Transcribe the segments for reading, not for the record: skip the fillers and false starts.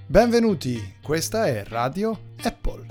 Benvenuti, questa è Radio Apple.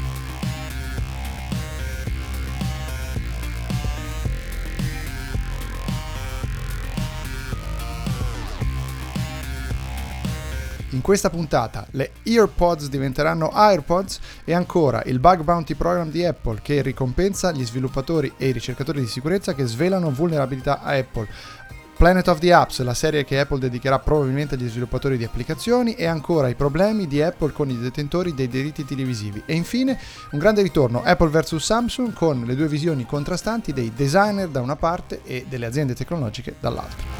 In questa puntata le EarPods diventeranno AirPods e ancora il Bug Bounty Program di Apple che ricompensa gli sviluppatori e i ricercatori di sicurezza che svelano vulnerabilità a Apple. Planet of the Apps, la serie che Apple dedicherà probabilmente agli sviluppatori di applicazioni, e ancora i problemi di Apple con i detentori dei diritti televisivi. E infine un grande ritorno Apple vs Samsung con le due visioni contrastanti dei designer da una parte e delle aziende tecnologiche dall'altra.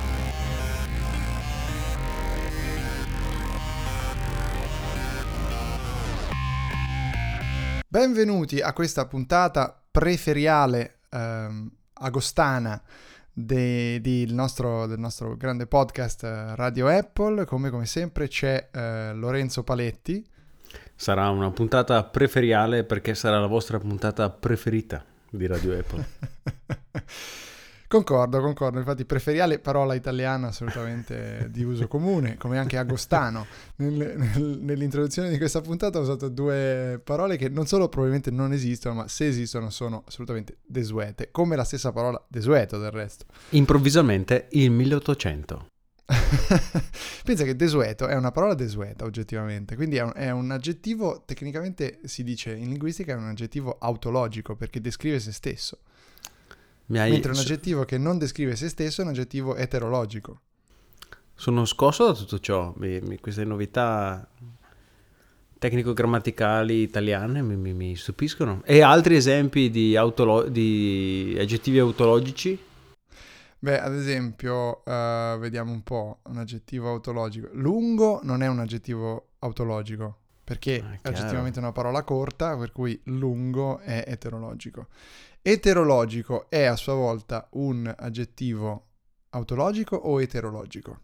Benvenuti a questa puntata preferiale agostana del nostro grande podcast Radio Apple. Come sempre c'è Lorenzo Paletti. Sarà una puntata preferiale perché sarà la vostra puntata preferita di Radio Apple. Concordo, infatti preferiale parola italiana assolutamente di uso comune, come anche agostano. Nell'introduzione di questa puntata ho usato due parole che non solo probabilmente non esistono, ma se esistono sono assolutamente desuete, come la stessa parola desueto del resto. Improvvisamente il 1800. Pensa che desueto è una parola desueta oggettivamente, quindi è un aggettivo, tecnicamente si dice in linguistica è un aggettivo autologico perché descrive se stesso. Mentre un aggettivo che non descrive se stesso è un aggettivo eterologico. Sono scosso da tutto ciò, queste novità tecnico-grammaticali italiane mi stupiscono. E altri esempi di aggettivi autologici? Beh, ad esempio, vediamo un po', un aggettivo autologico. Lungo non è un aggettivo autologico, perché è oggettivamente una parola corta, per cui lungo è eterologico. Eterologico è a sua volta un aggettivo autologico o eterologico?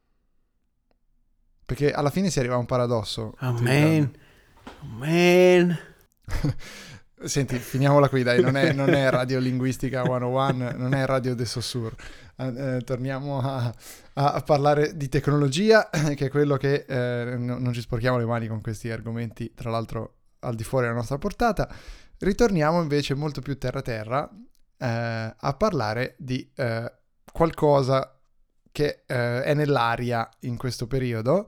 Perché alla fine si arriva a un paradosso. Amen. Senti, finiamola qui, dai, non è radiolinguistica 101, non è Radio de Saussure. Torniamo a parlare di tecnologia, che è quello che non ci sporchiamo le mani con questi argomenti, tra l'altro al di fuori della nostra portata. Ritorniamo invece molto più terra a parlare di qualcosa che è nell'aria in questo periodo.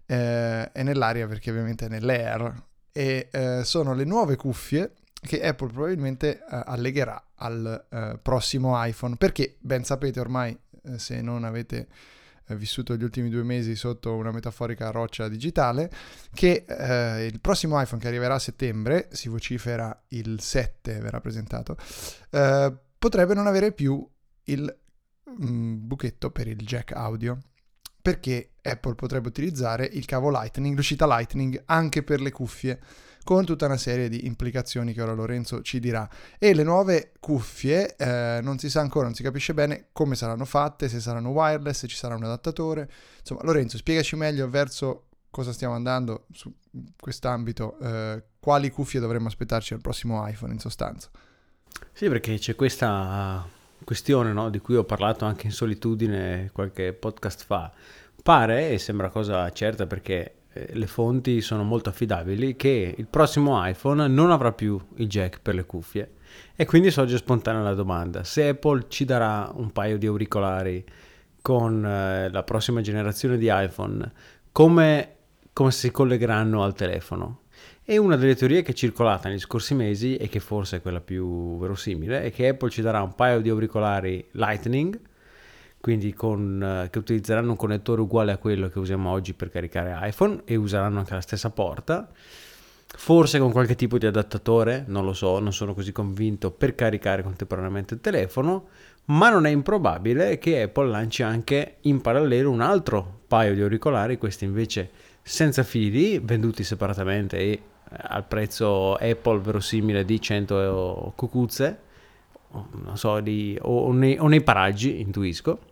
È nell'aria perché ovviamente è nell'air, e sono le nuove cuffie che Apple probabilmente allegherà al prossimo iPhone, perché ben sapete ormai, se non avete vissuto gli ultimi 2 mesi sotto una metaforica roccia digitale, che il prossimo iPhone che arriverà a settembre, si vocifera il 7 verrà presentato, potrebbe non avere più il buchetto per il jack audio, perché Apple potrebbe utilizzare il cavo Lightning, l'uscita Lightning anche per le cuffie, con tutta una serie di implicazioni che ora Lorenzo ci dirà. E le nuove cuffie non si sa ancora, non si capisce bene come saranno fatte, se saranno wireless, se ci sarà un adattatore. Insomma, Lorenzo, spiegaci meglio verso cosa stiamo andando su quest'ambito, quali cuffie dovremmo aspettarci al prossimo iPhone in sostanza. Sì, perché c'è questa questione, no, di cui ho parlato anche in solitudine qualche podcast fa. Pare, e sembra cosa certa perché le fonti sono molto affidabili, che il prossimo iPhone non avrà più il jack per le cuffie, e quindi sorge spontanea la domanda: se Apple ci darà un paio di auricolari con la prossima generazione di iPhone, come si collegheranno al telefono? E una delle teorie che è circolata negli scorsi mesi, e che forse è quella più verosimile, è che Apple ci darà un paio di auricolari Lightning, quindi che utilizzeranno un connettore uguale a quello che usiamo oggi per caricare iPhone, e useranno anche la stessa porta, forse con qualche tipo di adattatore, non lo so, non sono così convinto, per caricare contemporaneamente il telefono. Ma non è improbabile che Apple lanci anche in parallelo un altro paio di auricolari, questi invece senza fili, venduti separatamente e al prezzo Apple verosimile di 100 cucuzze, non so, o nei paraggi, intuisco.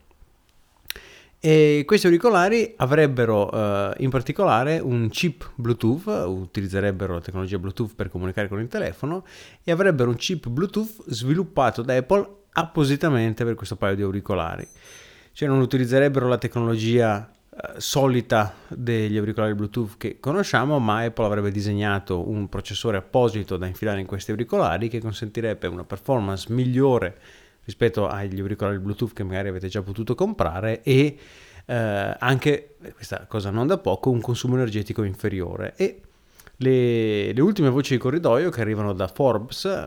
E questi auricolari avrebbero in particolare un chip Bluetooth, utilizzerebbero la tecnologia Bluetooth per comunicare con il telefono, e avrebbero un chip Bluetooth sviluppato da Apple appositamente per questo paio di auricolari. Cioè non utilizzerebbero la tecnologia solita degli auricolari Bluetooth che conosciamo, ma Apple avrebbe disegnato un processore apposito da infilare in questi auricolari che consentirebbe una performance migliore rispetto agli auricolari Bluetooth che magari avete già potuto comprare e anche, questa cosa non da poco, un consumo energetico inferiore. E le ultime voci di corridoio che arrivano da Forbes,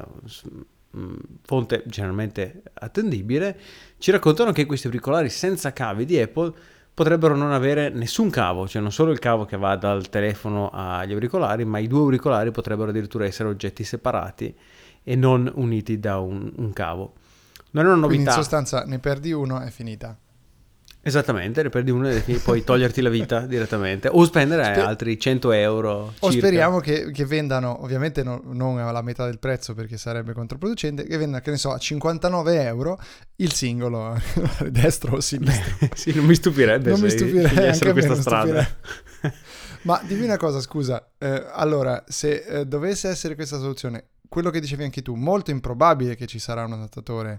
fonte generalmente attendibile, ci raccontano che questi auricolari senza cavi di Apple potrebbero non avere nessun cavo, cioè non solo il cavo che va dal telefono agli auricolari, ma i due auricolari potrebbero addirittura essere oggetti separati e non uniti da un cavo. Non è una novità. Quindi in sostanza ne perdi uno, è finita. Esattamente, ne perdi uno e puoi toglierti la vita direttamente o spendere altri 100 euro o circa. speriamo che vendano, ovviamente non alla metà del prezzo perché sarebbe controproducente, che vendano, che ne so, a 59 euro il singolo destro o sinistro. Sì, non mi stupirebbe non mi stupirei anche questa strada. Ma dimmi una cosa, scusa, allora se dovesse essere questa soluzione, quello che dicevi anche tu, molto improbabile che ci sarà un adattatore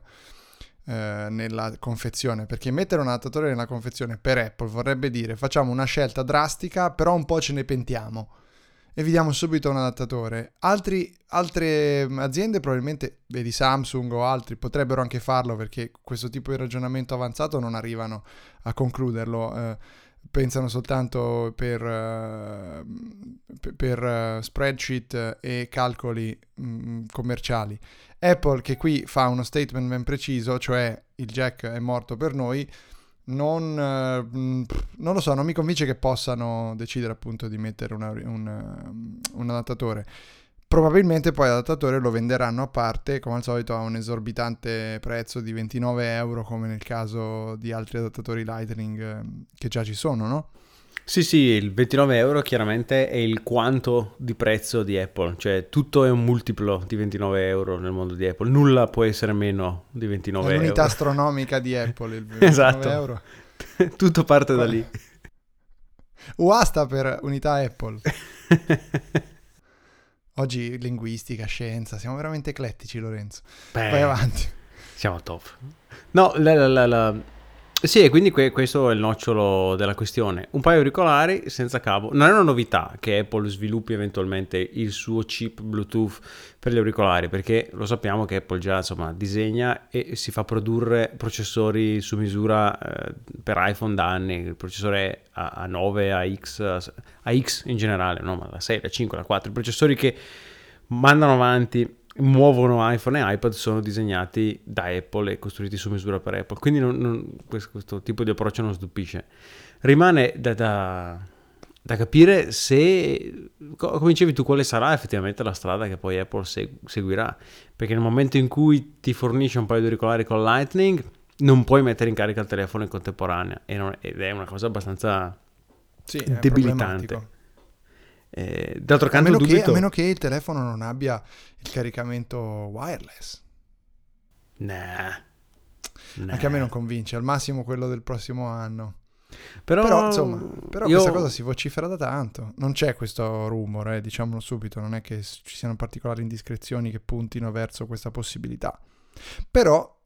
nella confezione, perché mettere un adattatore nella confezione per Apple vorrebbe dire facciamo una scelta drastica però un po' ce ne pentiamo e vi diamo subito un adattatore. Altre aziende probabilmente, vedi Samsung o altri, potrebbero anche farlo perché questo tipo di ragionamento avanzato non arrivano a concluderlo, pensano soltanto per spreadsheet e calcoli commerciali. Apple, che qui fa uno statement ben preciso, cioè il jack è morto per noi, non lo so, non mi convince che possano decidere appunto di mettere un adattatore. Probabilmente poi l'adattatore lo venderanno a parte, come al solito a un esorbitante prezzo di 29 euro, come nel caso di altri adattatori Lightning che già ci sono, no? Sì, il 29 euro chiaramente è il quanto di prezzo di Apple, cioè tutto è un multiplo di 29 euro nel mondo di Apple, nulla può essere meno di 29 euro. È l'unità astronomica di Apple, il 29 esatto. euro. Tutto parte da lì. UA sta per unità Apple. Oggi linguistica, scienza, siamo veramente eclettici, Lorenzo. Vai avanti. Siamo top. No, sì, e quindi questo è il nocciolo della questione. Un paio di auricolari senza cavo. Non è una novità che Apple sviluppi eventualmente il suo chip Bluetooth per gli auricolari, perché lo sappiamo che Apple già disegna e si fa produrre processori su misura per iPhone da anni. Il processore A9, AX in generale, no? Ma la 6, la 5, la 4, i processori che mandano avanti, muovono iPhone e iPad sono disegnati da Apple e costruiti su misura per Apple, quindi questo tipo di approccio non stupisce. Rimane da capire se, come dicevi tu, quale sarà effettivamente la strada che poi Apple seguirà, perché nel momento in cui ti fornisce un paio di auricolari con Lightning non puoi mettere in carica il telefono in contemporanea ed è una cosa abbastanza debilitante. D'altro canto a meno che il telefono non abbia il caricamento wireless. Nah. Anche a me non convince, al massimo quello del prossimo anno. Però questa cosa si vocifera da tanto. Non c'è questo rumore, diciamolo subito, non è che ci siano particolari indiscrezioni che puntino verso questa possibilità. Però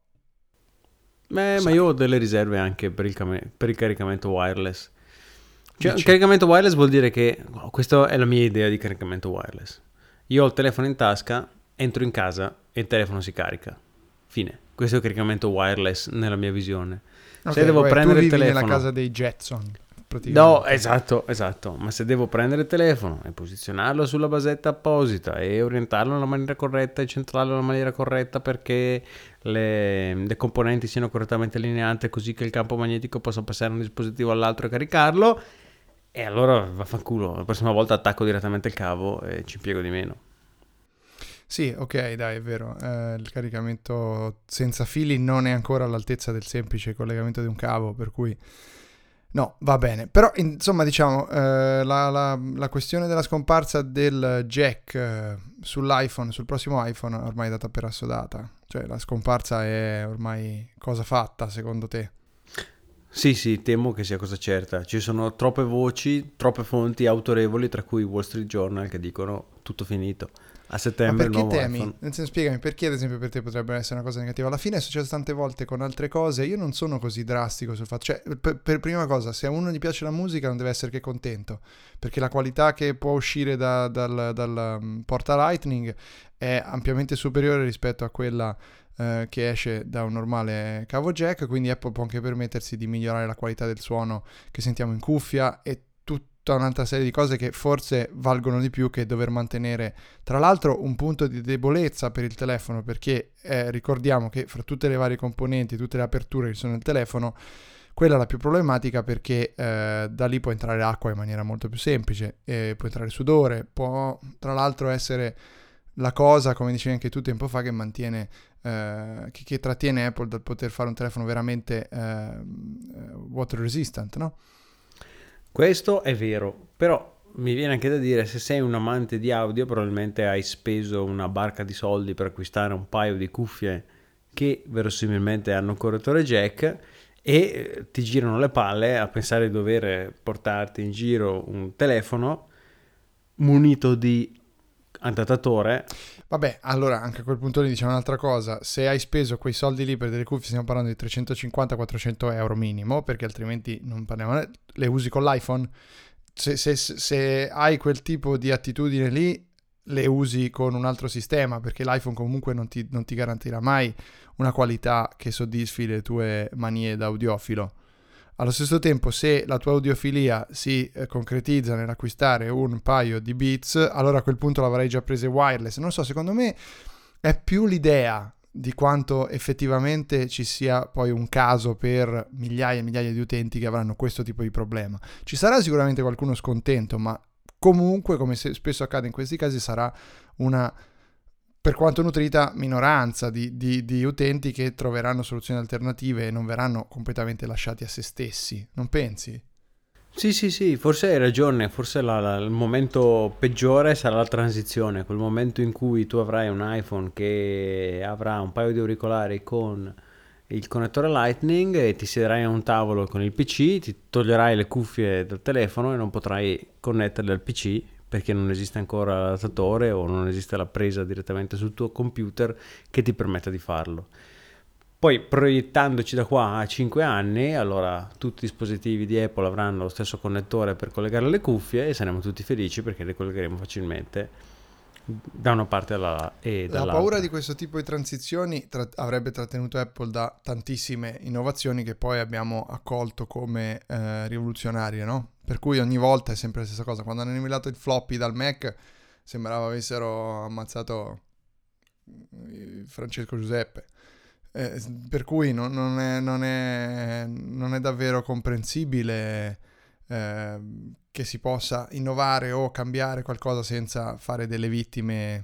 ma io ho delle riserve anche per il caricamento wireless. Cioè, il caricamento wireless vuol dire che questa è la mia idea di caricamento wireless. Io ho il telefono in tasca, entro in casa e il telefono si carica. Fine. Questo è il caricamento wireless nella mia visione. Se devo prendere il telefono nella casa dei Jetson. No, esatto. Ma se devo prendere il telefono e posizionarlo sulla basetta apposita e orientarlo nella maniera corretta e centrarlo nella maniera corretta perché le componenti siano correttamente allineate così che il campo magnetico possa passare da un dispositivo all'altro e caricarlo, e allora vaffanculo, la prossima volta attacco direttamente il cavo e ci impiego di meno. Sì, ok, dai, è vero. Il caricamento senza fili non è ancora all'altezza del semplice collegamento di un cavo, per cui no, va bene. Però, insomma, diciamo, la questione della scomparsa del jack sull'iPhone, sul prossimo iPhone, è ormai data per assodata. Cioè, la scomparsa è ormai cosa fatta, secondo te? Sì, temo che sia cosa certa. Ci sono troppe voci, troppe fonti autorevoli, tra cui Wall Street Journal, che dicono tutto finito. a settembre il perché nuovo temi? iPhone. Nel senso, spiegami perché ad esempio per te potrebbe essere una cosa negativa. Alla fine è successo tante volte con altre cose, io non sono così drastico sul fatto, cioè per prima cosa, se a uno gli piace la musica non deve essere che contento, perché la qualità che può uscire dal porta Lightning è ampiamente superiore rispetto a quella che esce da un normale cavo jack, quindi Apple può anche permettersi di migliorare la qualità del suono che sentiamo in cuffia e tutta un'altra serie di cose che forse valgono di più che dover mantenere, tra l'altro, un punto di debolezza per il telefono, perché ricordiamo che fra tutte le varie componenti, tutte le aperture che sono nel telefono, quella è la più problematica, perché da lì può entrare acqua in maniera molto più semplice, può entrare sudore, può tra l'altro essere la cosa, come dicevi anche tu tempo fa, che mantiene che trattiene Apple dal poter fare un telefono veramente water resistant, no? Questo è vero, però mi viene anche da dire, se sei un amante di audio probabilmente hai speso una barca di soldi per acquistare un paio di cuffie che verosimilmente hanno un correttore jack e ti girano le palle a pensare di dover portarti in giro un telefono munito di adattatore. Vabbè, allora anche a quel punto lì diciamo un'altra cosa: se hai speso quei soldi lì per delle cuffie, stiamo parlando di 350-400 euro minimo, perché altrimenti non parliamo, le usi con l'iPhone. Se hai quel tipo di attitudine lì, le usi con un altro sistema, perché l'iPhone comunque non ti garantirà mai una qualità che soddisfi le tue manie da audiofilo. Allo stesso tempo, se la tua audiofilia si concretizza nell'acquistare un paio di Beats, allora a quel punto l'avrei già prese wireless. Non so, secondo me è più l'idea di quanto effettivamente ci sia poi un caso per migliaia e migliaia di utenti che avranno questo tipo di problema. Ci sarà sicuramente qualcuno scontento, ma comunque, come spesso accade in questi casi, sarà una, per quanto nutrita, minoranza di utenti che troveranno soluzioni alternative e non verranno completamente lasciati a se stessi, non pensi? Sì, forse hai ragione, forse il momento peggiore sarà la transizione, quel momento in cui tu avrai un iPhone che avrà un paio di auricolari con il connettore Lightning e ti siederai a un tavolo con il PC, ti toglierai le cuffie dal telefono e non potrai connetterle al PC perché non esiste ancora l'adattatore o non esiste la presa direttamente sul tuo computer che ti permetta di farlo. Poi proiettandoci da qua a 5 anni, allora tutti i dispositivi di Apple avranno lo stesso connettore per collegare le cuffie e saremo tutti felici perché le collegheremo facilmente da una parte e dall'altra. La paura di questo tipo di transizioni avrebbe trattenuto Apple da tantissime innovazioni che poi abbiamo accolto come rivoluzionarie, no? Per cui ogni volta è sempre la stessa cosa. Quando hanno eliminato il floppy dal Mac sembrava avessero ammazzato Francesco Giuseppe. Per cui non è davvero comprensibile che si possa innovare o cambiare qualcosa senza fare delle vittime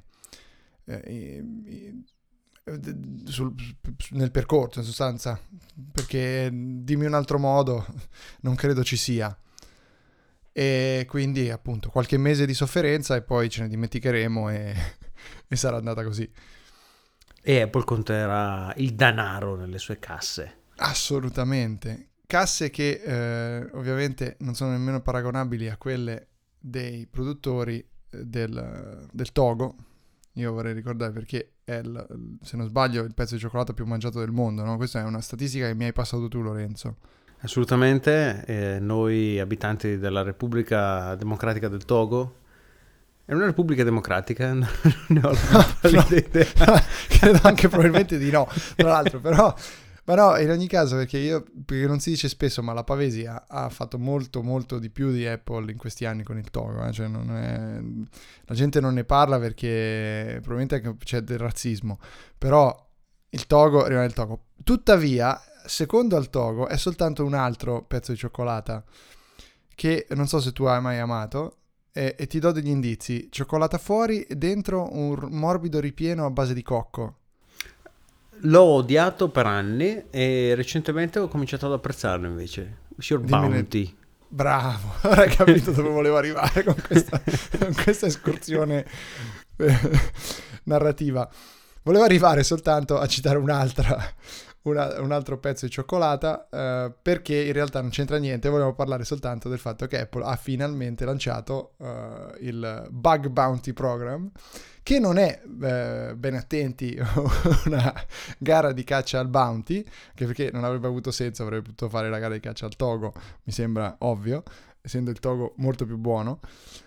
nel percorso, in sostanza, perché dimmi un altro modo, non credo ci sia. E quindi appunto qualche mese di sofferenza e poi ce ne dimenticheremo e sarà andata così. E Apple conterà il denaro nelle sue casse. Assolutamente. Casse che ovviamente non sono nemmeno paragonabili a quelle dei produttori del Togo. Io vorrei ricordare, perché è se non sbaglio il pezzo di cioccolato più mangiato del mondo, no? Questa è una statistica che mi hai passato tu, Lorenzo. Assolutamente, noi abitanti della Repubblica Democratica del Togo. È una repubblica democratica? Non ne ho la idea. Credo anche probabilmente di no, tra l'altro, però in ogni caso, perché non si dice spesso, ma la Pavesi ha fatto molto molto di più di Apple in questi anni con il Togo, cioè la gente non ne parla perché probabilmente anche c'è del razzismo, però il Togo rimane il Togo. Tuttavia, secondo al Togo, è soltanto un altro pezzo di cioccolata che non so se tu hai mai amato. E ti do degli indizi: cioccolata fuori, dentro un morbido ripieno a base di cocco. L'ho odiato per anni e recentemente ho cominciato ad apprezzarlo invece. Sure Bounty. Bravo, ora hai capito dove volevo arrivare con questa escursione narrativa. Volevo arrivare soltanto a citare un'altra un altro pezzo di cioccolata, perché in realtà non c'entra niente, volevo parlare soltanto del fatto che Apple ha finalmente lanciato il Bug Bounty Program, che non è, ben attenti, una gara di caccia al bounty, anche perché non avrebbe avuto senso, avrebbe potuto fare la gara di caccia al togo, mi sembra ovvio, essendo il togo molto più buono.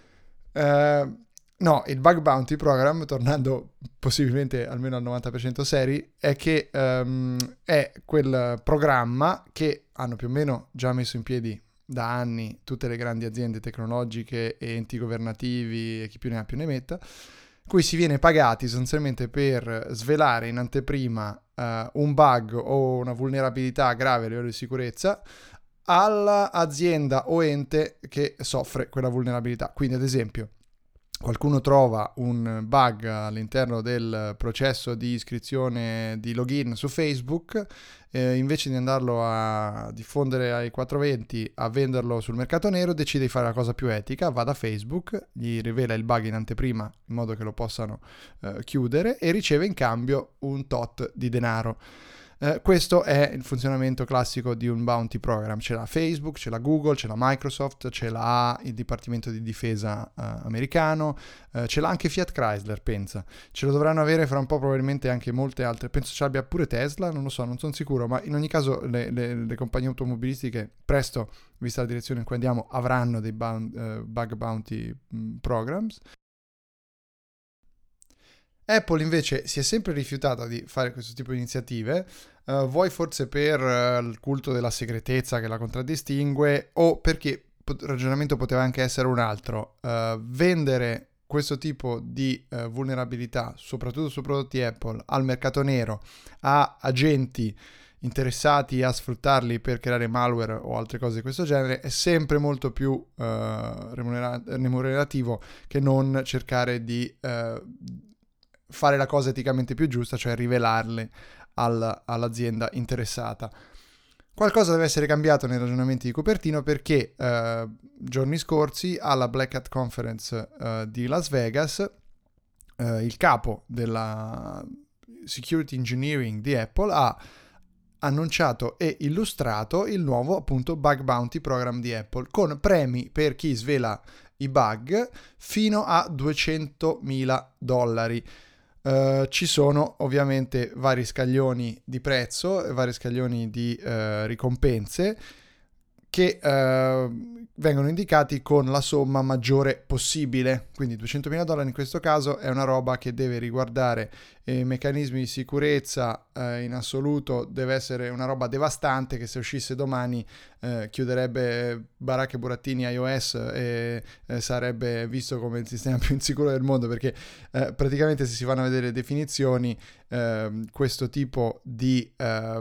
No, il Bug Bounty Program, tornando possibilmente almeno al 90% seri, è che è quel programma che hanno più o meno già messo in piedi da anni tutte le grandi aziende tecnologiche e enti governativi e chi più ne ha più ne metta, cui si viene pagati sostanzialmente per svelare in anteprima un bug o una vulnerabilità grave a livello di sicurezza all'azienda o ente che soffre quella vulnerabilità. Quindi, ad esempio, qualcuno trova un bug all'interno del processo di iscrizione di login su Facebook, invece di andarlo a diffondere ai 420, a venderlo sul mercato nero, decide di fare la cosa più etica, va da Facebook, gli rivela il bug in anteprima in modo che lo possano chiudere e riceve in cambio un tot di denaro. Questo è il funzionamento classico di un bounty program. Ce l'ha Facebook, ce l'ha Google, ce l'ha Microsoft, ce l'ha il Dipartimento di Difesa americano, ce l'ha anche Fiat Chrysler, pensa. Ce lo dovranno avere fra un po' probabilmente anche molte altre. Penso ce l'abbia pure Tesla, non lo so, non sono sicuro, ma in ogni caso le compagnie automobilistiche presto, vista la direzione in cui andiamo, avranno dei bug bounty programs. Apple invece si è sempre rifiutata di fare questo tipo di iniziative, vuoi forse per il culto della segretezza che la contraddistingue, o perché il ragionamento poteva anche essere un altro: vendere questo tipo di vulnerabilità, soprattutto su prodotti Apple, al mercato nero, a agenti interessati a sfruttarli per creare malware o altre cose di questo genere, è sempre molto più remunerativo che non cercare di fare la cosa eticamente più giusta, cioè rivelarle all'azienda interessata. Qualcosa deve essere cambiato nei ragionamenti di Cupertino, perché giorni scorsi alla Black Hat Conference di Las Vegas il capo della Security Engineering di Apple ha annunciato e illustrato il nuovo, appunto, Bug Bounty Program di Apple, con premi per chi svela i bug fino a $200.000. Ci sono ovviamente vari scaglioni di prezzo, vari scaglioni di ricompense che vengono indicati con la somma maggiore possibile. Quindi $200.000 in questo caso è una roba che deve riguardare meccanismi di sicurezza in assoluto, deve essere una roba devastante che se uscisse domani chiuderebbe baracche e burattini iOS e sarebbe visto come il sistema più insicuro del mondo, perché praticamente, se si vanno a vedere le definizioni, questo tipo di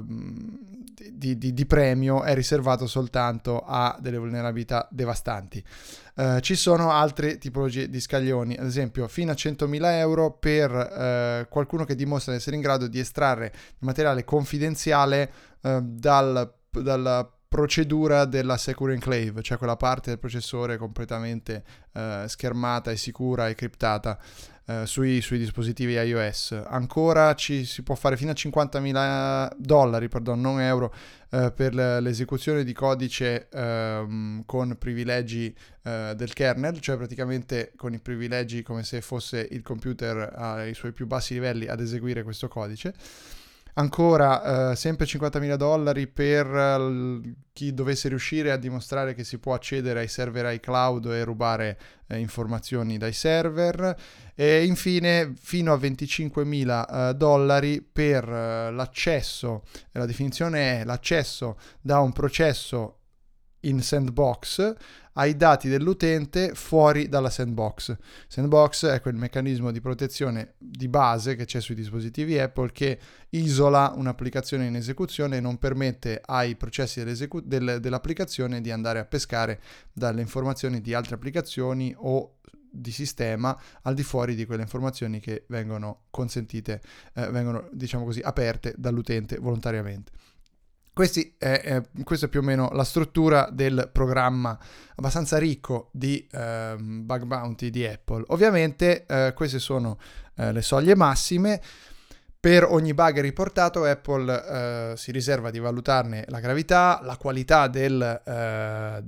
premio è riservato soltanto a delle vulnerabilità devastanti. Ci sono altre tipologie di scaglioni, ad esempio fino a €100.000 per qualcuno che dimostra di essere in grado di estrarre materiale confidenziale dalla procedura della Secure Enclave, cioè quella parte del processore completamente schermata e sicura e criptata sui dispositivi iOS. Ancora si può fare fino a $50.000, pardon, non euro, per l'esecuzione di codice con privilegi del kernel, cioè praticamente con i privilegi come se fosse il computer ai suoi più bassi livelli ad eseguire questo codice. Ancora sempre $50.000 per chi dovesse riuscire a dimostrare che si può accedere ai server iCloud e rubare informazioni dai server. E infine fino a $25.000 per l'accesso, la definizione è l'accesso da un processo in sandbox ai dati dell'utente fuori dalla sandbox. Sandbox è quel meccanismo di protezione di base che c'è sui dispositivi Apple, che isola un'applicazione in esecuzione e non permette ai processi dell'applicazione di andare a pescare dalle informazioni di altre applicazioni o di sistema al di fuori di quelle informazioni che vengono consentite, vengono, diciamo così, aperte dall'utente volontariamente. Questa è più o meno la struttura del programma abbastanza ricco di bug bounty di Apple. Ovviamente queste sono le soglie massime. Per ogni bug riportato Apple si riserva di valutarne la gravità, la qualità della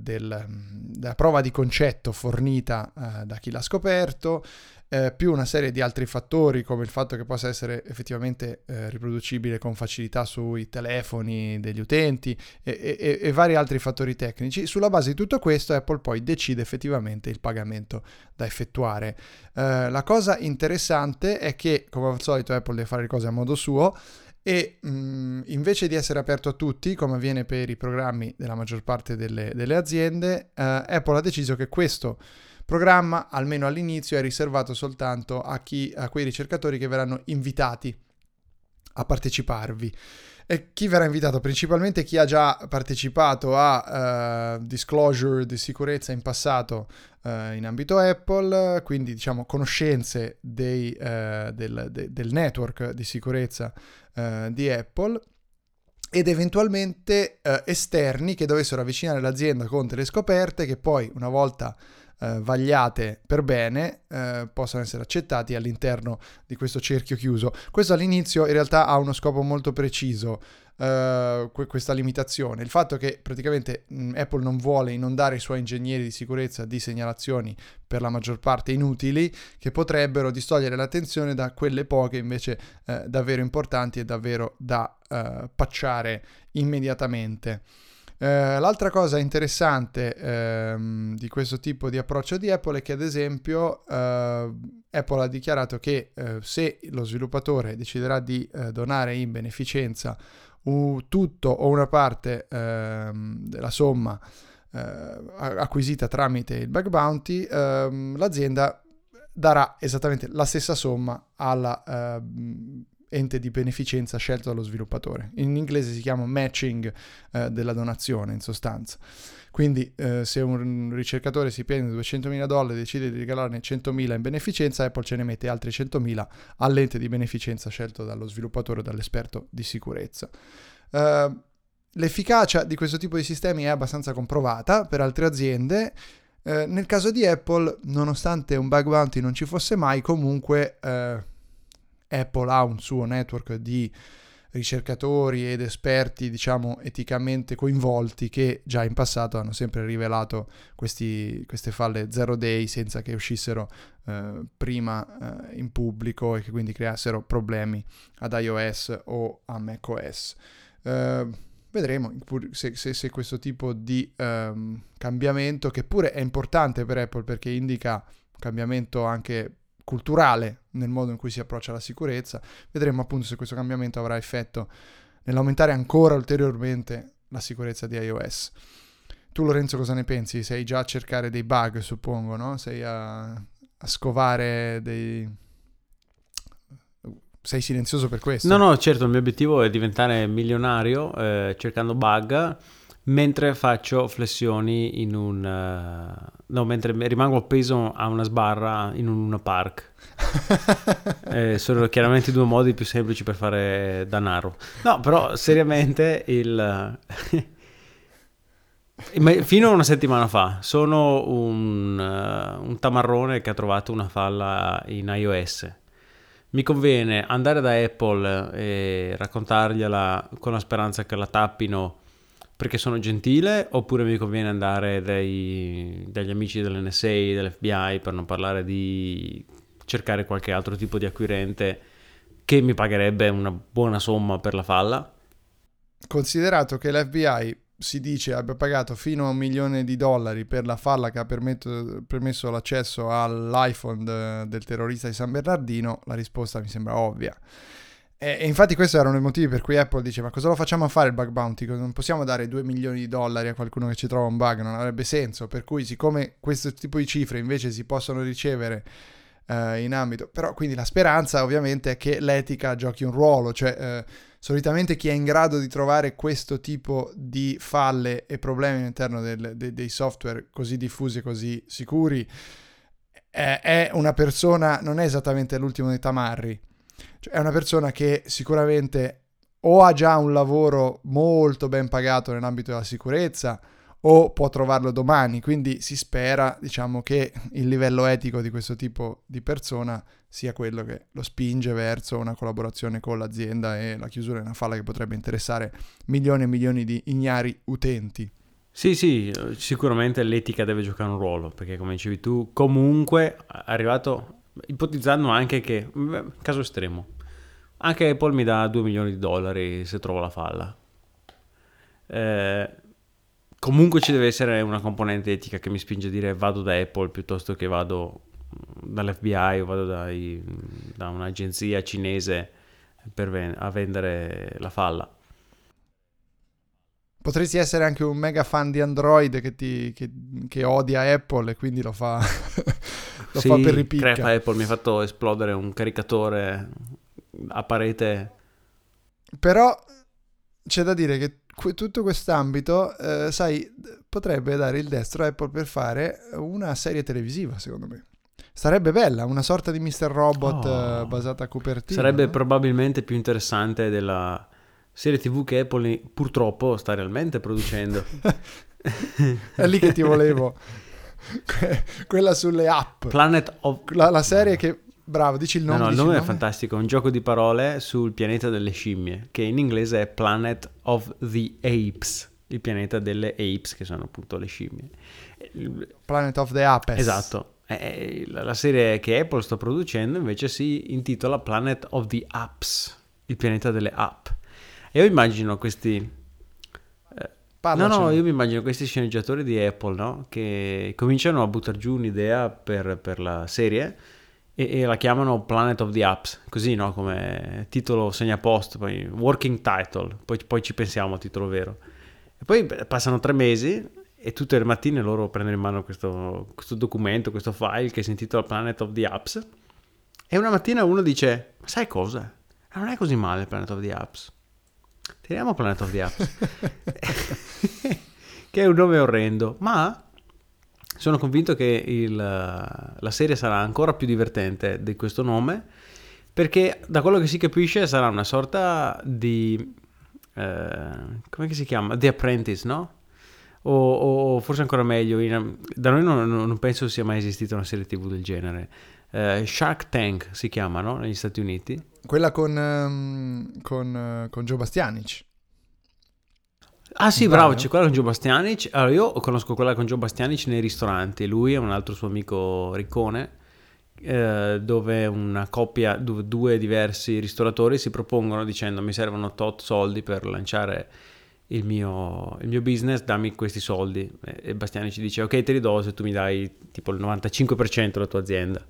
prova di concetto fornita da chi l'ha scoperto, più una serie di altri fattori come il fatto che possa essere effettivamente riproducibile con facilità sui telefoni degli utenti e vari altri fattori tecnici. Sulla base di tutto questo Apple poi decide effettivamente il pagamento da effettuare. La cosa interessante è che, come al solito, Apple deve fare le cose a modo suo e invece di essere aperto a tutti, come avviene per i programmi della maggior parte delle aziende, Apple ha deciso che questo programma, almeno all'inizio, è riservato soltanto a quei ricercatori che verranno invitati a parteciparvi. E chi verrà invitato? Principalmente chi ha già partecipato a disclosure di sicurezza in passato in ambito Apple, quindi diciamo conoscenze del network di sicurezza di Apple, ed eventualmente esterni che dovessero avvicinare l'azienda con delle scoperte che poi, una volta vagliate per bene, possono essere accettati all'interno di questo cerchio chiuso. Questo all'inizio in realtà ha uno scopo molto preciso, questa limitazione, il fatto che praticamente Apple non vuole inondare i suoi ingegneri di sicurezza di segnalazioni per la maggior parte inutili, che potrebbero distogliere l'attenzione da quelle poche invece davvero importanti e davvero da patchare immediatamente. L'altra cosa interessante di questo tipo di approccio di Apple è che, ad esempio, Apple ha dichiarato che se lo sviluppatore deciderà di donare in beneficenza tutto o una parte della somma acquisita tramite il bug bounty, l'azienda darà esattamente la stessa somma alla ente di beneficenza scelto dallo sviluppatore. In inglese si chiama matching della donazione, in sostanza. Quindi se un ricercatore si prende $200,000 e decide di regalarne 100.000 in beneficenza, Apple ce ne mette altri 100.000 all'ente di beneficenza scelto dallo sviluppatore o dall'esperto di sicurezza. L'efficacia di questo tipo di sistemi è abbastanza comprovata per altre aziende. Nel caso di Apple, nonostante un bug bounty non ci fosse mai, comunque Apple ha un suo network di ricercatori ed esperti, diciamo, eticamente coinvolti, che già in passato hanno sempre rivelato queste falle zero day senza che uscissero prima in pubblico e che quindi creassero problemi ad iOS o a macOS. Vedremo se questo tipo di cambiamento, che pure è importante per Apple perché indica un cambiamento anche culturale nel modo in cui si approccia alla sicurezza, vedremo appunto se questo cambiamento avrà effetto nell'aumentare ancora ulteriormente la sicurezza di iOS. Tu, Lorenzo, cosa ne pensi? Sei già a cercare dei bug, suppongo, no? Sei a scovare sei silenzioso per questo? No, certo, il mio obiettivo è diventare milionario cercando bug mentre faccio flessioni mentre rimango appeso a una sbarra in un Luna Park. Sono chiaramente due modi più semplici per fare denaro. No, però seriamente fino a una settimana fa sono un tamarrone che ha trovato una falla in iOS. Mi conviene andare da Apple e raccontargliela con la speranza che la tappino perché sono gentile, oppure mi conviene andare dagli amici dell'NSA, dell'FBI, per non parlare di cercare qualche altro tipo di acquirente che mi pagherebbe una buona somma per la falla? Considerato che l'FBI si dice abbia pagato fino a $1 milione per la falla che ha permesso l'accesso all'iPhone del terrorista di San Bernardino, la risposta mi sembra ovvia. E infatti questi erano i motivi per cui Apple dice: ma cosa lo facciamo a fare il bug bounty? Non possiamo dare $2 milioni a qualcuno che ci trova un bug, non avrebbe senso. Per cui, siccome questo tipo di cifre invece si possono ricevere in ambito, però quindi la speranza ovviamente è che l'etica giochi un ruolo, cioè solitamente chi è in grado di trovare questo tipo di falle e problemi all'interno dei software così diffusi e così sicuri è una persona, non è esattamente l'ultimo dei tamarri, cioè è una persona che sicuramente o ha già un lavoro molto ben pagato nell'ambito della sicurezza, o può trovarlo domani, quindi si spera, diciamo, che il livello etico di questo tipo di persona sia quello che lo spinge verso una collaborazione con l'azienda e la chiusura di una falla che potrebbe interessare milioni e milioni di ignari utenti. Sì, sì, sicuramente l'etica deve giocare un ruolo, perché come dicevi tu, comunque è arrivato, ipotizzando anche che, caso estremo, anche Apple mi dà 2 milioni di dollari se trovo la falla. Comunque ci deve essere una componente etica che mi spinge a dire vado da Apple piuttosto che vado dall'FBI o vado da un'agenzia cinese a vendere la falla. Potresti essere anche un mega fan di Android che odia Apple e quindi lo fa, lo fa per ripicca. Crepa Apple mi ha fatto esplodere un caricatore a parete. Però c'è da dire che tutto quest'ambito, sai, potrebbe dare il destro a Apple per fare una serie televisiva, secondo me. Sarebbe bella, una sorta di Mr. Robot basata a Cupertino. Sarebbe no? probabilmente più interessante della serie TV che Apple purtroppo sta realmente producendo. È lì che ti volevo. Quella sulle app. Planet of... La serie che... Bravo, dici il nome. No, il nome è fantastico, un gioco di parole sul pianeta delle scimmie, che in inglese è Planet of the Apes, il pianeta delle apes, che sono appunto le scimmie. Planet of the Apes. Esatto. La serie che Apple sta producendo invece si intitola Planet of the Apps, il pianeta delle app. E io immagino questi... io mi immagino questi sceneggiatori di Apple, no? Che cominciano a buttare giù un'idea per la serie e la chiamano Planet of the Apps, così, no? Come titolo segnaposto, poi working title, poi ci pensiamo a titolo vero. E poi passano 3 mesi e tutte le mattine loro prendono in mano questo documento, questo file che si intitola Planet of the Apps, e una mattina uno dice, ma sai cosa? Non è così male Planet of the Apps. Teniamo Planet of the Apps. Che è un nome orrendo, ma sono convinto che la serie sarà ancora più divertente di questo nome, perché da quello che si capisce sarà una sorta di... come si chiama? The Apprentice, no? O forse ancora meglio, da noi non penso sia mai esistita una serie TV del genere. Shark Tank si chiama, no? Negli Stati Uniti. Quella con Joe Bastianic. Ah sì, bravo, c'è quella con Joe Bastianic. Allora, io conosco quella con Joe Bastianic nei ristoranti. Lui e un altro suo amico Riccone, dove una coppia, due diversi ristoratori si propongono dicendo mi servono tot soldi per lanciare il mio business, dammi questi soldi. E Bastianic dice ok, te li do se tu mi dai tipo il 95% della tua azienda.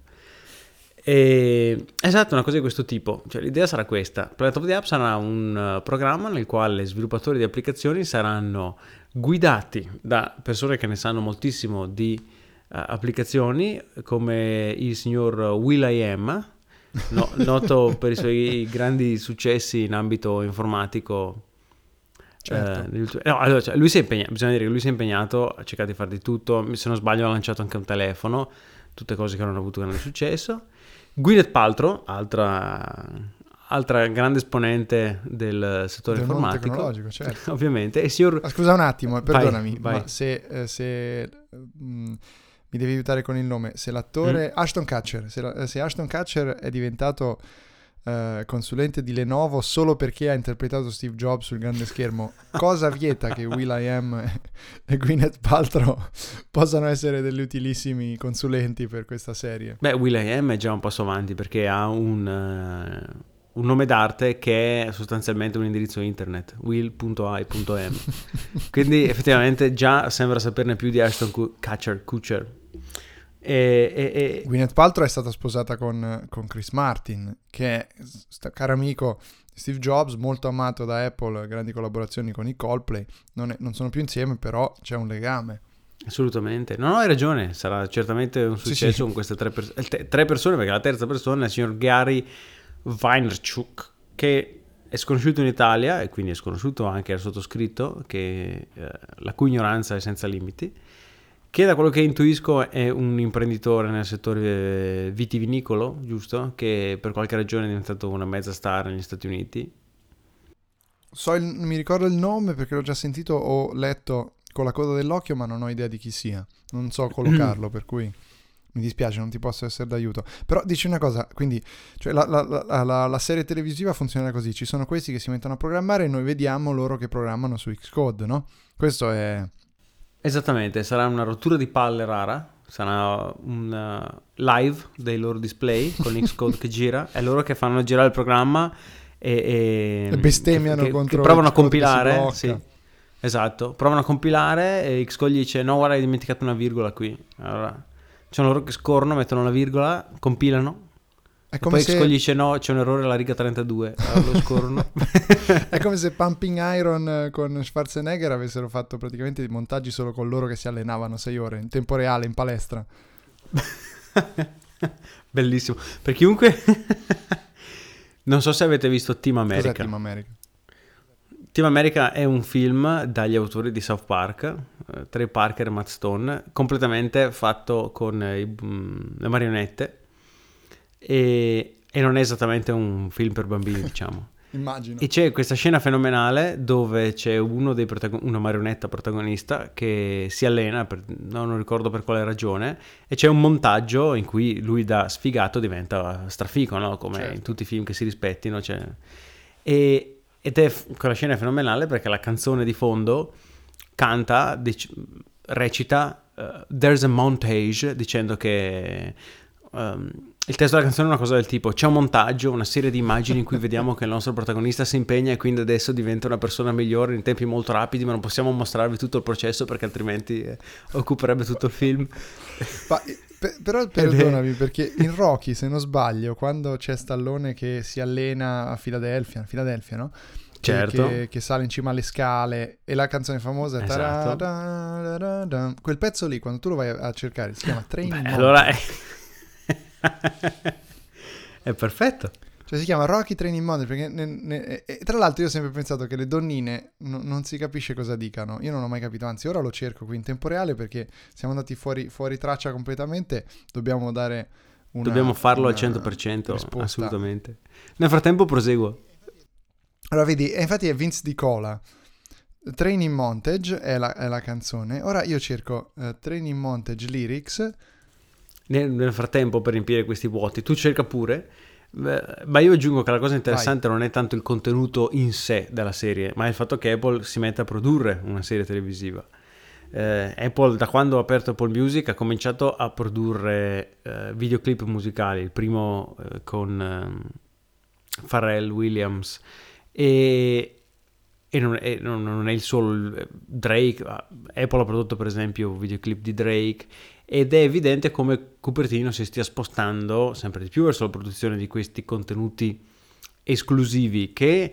Esatto, una cosa di questo tipo, cioè l'idea sarà questa: Planet of the App sarà un programma nel quale sviluppatori di applicazioni saranno guidati da persone che ne sanno moltissimo di applicazioni, come il signor will.i.am, noto per i suoi grandi successi in ambito informatico. Certo. Allora, lui si è impegnato, bisogna dire che lui si è impegnato, ha cercato di fare di tutto, se non sbaglio ha lanciato anche un telefono, tutte cose che non hanno avuto grande successo. Gwyneth Paltrow, altra grande esponente del settore informatico, tecnologico, certo. Ovviamente. Scusa un attimo, perdonami, vai. ma se mi devi aiutare con il nome, se l'attore Ashton Kutcher, se Ashton Kutcher è diventato consulente di Lenovo solo perché ha interpretato Steve Jobs sul grande schermo, cosa vieta che will.i.am e Gwyneth Paltrow possano essere degli utilissimi consulenti per questa serie? Beh, will.i.am è già un passo avanti perché ha un nome d'arte che è sostanzialmente un indirizzo internet, will.i.am. Quindi effettivamente già sembra saperne più di Ashton Kutcher. Gwyneth Paltrow è stata sposata con Chris Martin, che è caro amico di Steve Jobs, molto amato da Apple, grandi collaborazioni con i Coldplay. Non sono più insieme, però c'è un legame. Assolutamente, no, hai ragione, sarà certamente un successo sì. Con queste tre persone, perché la terza persona è il signor Gary Vaynerchuk, che è sconosciuto in Italia e quindi è sconosciuto anche al sottoscritto, la cui ignoranza è senza limiti, che da quello che intuisco è un imprenditore nel settore vitivinicolo, giusto? Che per qualche ragione è diventato una mezza star negli Stati Uniti. Mi ricordo il nome perché l'ho già sentito o letto con la coda dell'occhio, ma non ho idea di chi sia. Non so collocarlo, per cui mi dispiace, non ti posso essere d'aiuto. Però dici una cosa, quindi cioè la serie televisiva funziona così: ci sono questi che si mettono a programmare e noi vediamo loro che programmano su Xcode, no? Questo è... Esattamente, sarà una rottura di palle rara, sarà un live dei loro display con Xcode che gira, è loro che fanno girare il programma e bestemmiano contro che provano a Xcode che si compilare, blocca. sì, esatto, provano a compilare e Xcode gli dice no, guarda, hai dimenticato una virgola qui. Allora, c'è loro che scorrono, mettono la virgola, compilano. È E come poi se... Xcode gli dice no, c'è un errore alla riga 32, allora lo scorrono. È come se Pumping Iron con Schwarzenegger avessero fatto praticamente dei montaggi solo con loro che si allenavano 6 ore in tempo reale in palestra. Bellissimo. Per chiunque non so se avete visto Team Cos'è America. Team America? Team America è un film dagli autori di South Park, Trey Parker e Matt Stone, completamente fatto con le marionette e non è esattamente un film per bambini, diciamo. Immagino. E c'è questa scena fenomenale dove c'è una marionetta protagonista che si allena, non ricordo per quale ragione, e c'è un montaggio in cui lui da sfigato diventa strafico, no? Come Certo. in tutti i film che si rispettino. Quella scena è fenomenale perché la canzone di fondo canta, recita There's a montage, dicendo che... il testo della canzone è una cosa del tipo: c'è un montaggio, una serie di immagini in cui vediamo che il nostro protagonista si impegna e quindi adesso diventa una persona migliore in tempi molto rapidi, ma non possiamo mostrarvi tutto il processo perché altrimenti occuperebbe tutto il film. Però perdonami, perché in Rocky, se non sbaglio, quando c'è Stallone che si allena a Filadelfia, no? Certo. Che sale in cima alle scale e la canzone famosa è Esatto. quel pezzo lì, quando tu lo vai a cercare, si chiama Training Montage. Allora è perfetto. Cioè si chiama Rocky Training Montage perché e tra l'altro io ho sempre pensato che le donnine non si capisce cosa dicano. Io non ho mai capito, anzi ora lo cerco qui in tempo reale perché siamo andati fuori traccia completamente. Dobbiamo dare Dobbiamo farlo al 100%, risposta. assolutamente. Nel frattempo proseguo. Allora vedi, e infatti è Vince Di Cola. Training Montage è la canzone. Ora io cerco Training Montage Lyrics. Nel frattempo, per riempire questi vuoti, tu cerca pure, ma io aggiungo che la cosa interessante non è tanto il contenuto in sé della serie, ma il fatto che Apple si mette a produrre una serie televisiva. Apple, da quando ha aperto Apple Music, ha cominciato a produrre videoclip musicali, il primo con Pharrell Williams, e non è il solo. Drake, Apple ha prodotto per esempio videoclip di Drake, ed è evidente come Cupertino si stia spostando sempre di più verso la produzione di questi contenuti esclusivi che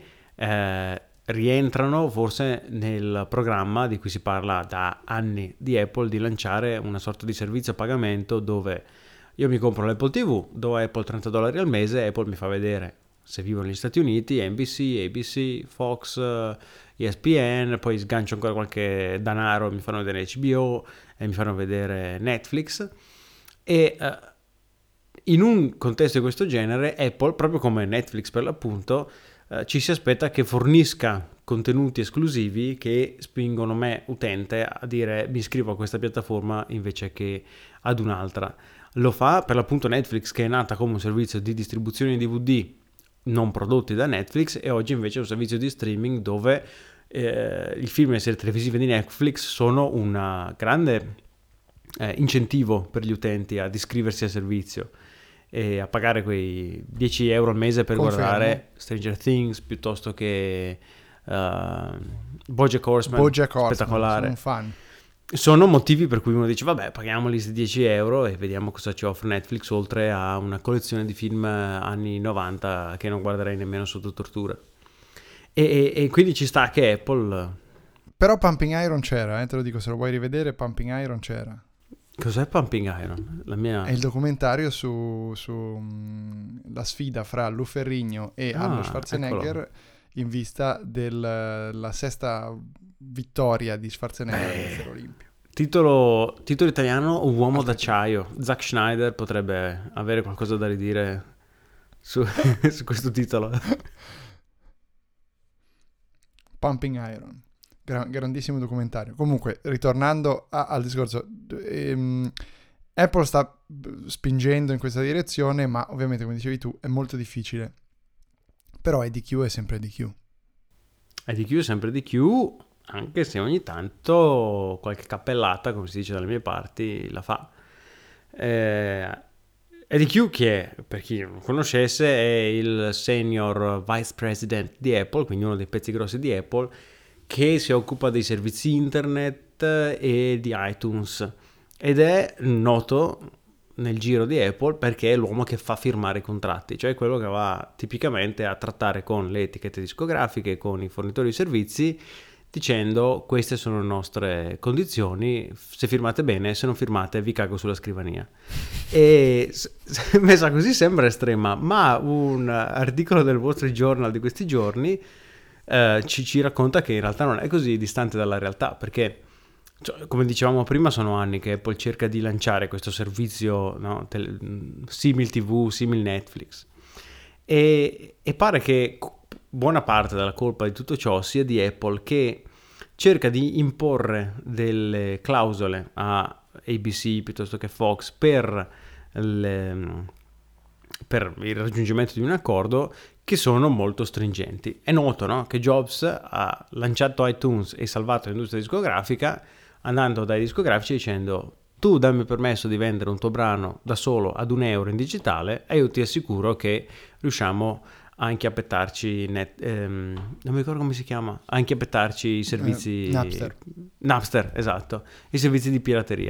rientrano forse nel programma di cui si parla da anni di Apple, di lanciare una sorta di servizio a pagamento dove io mi compro l'Apple TV, do a Apple $30 al mese e Apple mi fa vedere, se vivo negli Stati Uniti, NBC, ABC, Fox, ESPN, poi sgancio ancora qualche denaro, mi fanno vedere HBO e mi fanno vedere Netflix. E in un contesto di questo genere Apple, proprio come Netflix per l'appunto, ci si aspetta che fornisca contenuti esclusivi che spingono me utente a dire mi iscrivo a questa piattaforma invece che ad un'altra. Lo fa per l'appunto Netflix, che è nata come un servizio di distribuzione DVD non prodotti da Netflix, e oggi invece è un servizio di streaming dove i film e le serie televisive di Netflix sono un grande incentivo per gli utenti ad iscriversi al servizio e a pagare quei €10 al mese per guardare Stranger Things piuttosto che BoJack Horseman, spettacolare. Sono un fan. Sono motivi per cui uno dice vabbè, paghiamoli €10 e vediamo cosa ci offre Netflix, oltre a una collezione di film anni 90 che non guarderei nemmeno sotto tortura. E quindi ci sta che Apple... Però Pumping Iron c'era, te lo dico, se lo vuoi rivedere, Pumping Iron c'era. Cos'è Pumping Iron? È il documentario su la sfida fra Lou Ferrigno e Arnold Schwarzenegger, eccolo, in vista della sesta vittoria di Schwarzenegger all'Olimpio. Titolo italiano: Uomo d'acciaio. Zack Schneider potrebbe avere qualcosa da ridire su questo titolo. Pumping Iron. grandissimo documentario. Comunque, ritornando al discorso, Apple sta spingendo in questa direzione, ma ovviamente, come dicevi tu, è molto difficile. Però EDQ è sempre EDQ. EDQ è sempre EDQ, anche se ogni tanto qualche cappellata, come si dice dalle mie parti, la fa. EDQ, che è, per chi non conoscesse, è il senior vice president di Apple, quindi uno dei pezzi grossi di Apple, che si occupa dei servizi internet e di iTunes, ed è noto nel giro di Apple perché è l'uomo che fa firmare i contratti, cioè quello che va tipicamente a trattare con le etichette discografiche, con i fornitori di servizi, dicendo: queste sono le nostre condizioni, se firmate bene, se non firmate vi cago sulla scrivania. E messa così sembra estrema, ma un articolo del Wall Street Journal di questi giorni ci racconta che in realtà non è così distante dalla realtà, perché, cioè, come dicevamo prima, sono anni che Apple cerca di lanciare questo servizio, no? Simil TV, simil Netflix, e pare che buona parte della colpa di tutto ciò sia di Apple, che cerca di imporre delle clausole a ABC piuttosto che Fox per il raggiungimento di un accordo, che sono molto stringenti. È noto, no? Che Jobs ha lanciato iTunes e salvato l'industria discografica andando dai discografici dicendo: tu dammi permesso di vendere un tuo brano da solo ad €1 in digitale e io ti assicuro che riusciamo a inchiappettarci non mi ricordo come si chiama, a inchiappettarci i servizi Napster, esatto, i servizi di pirateria.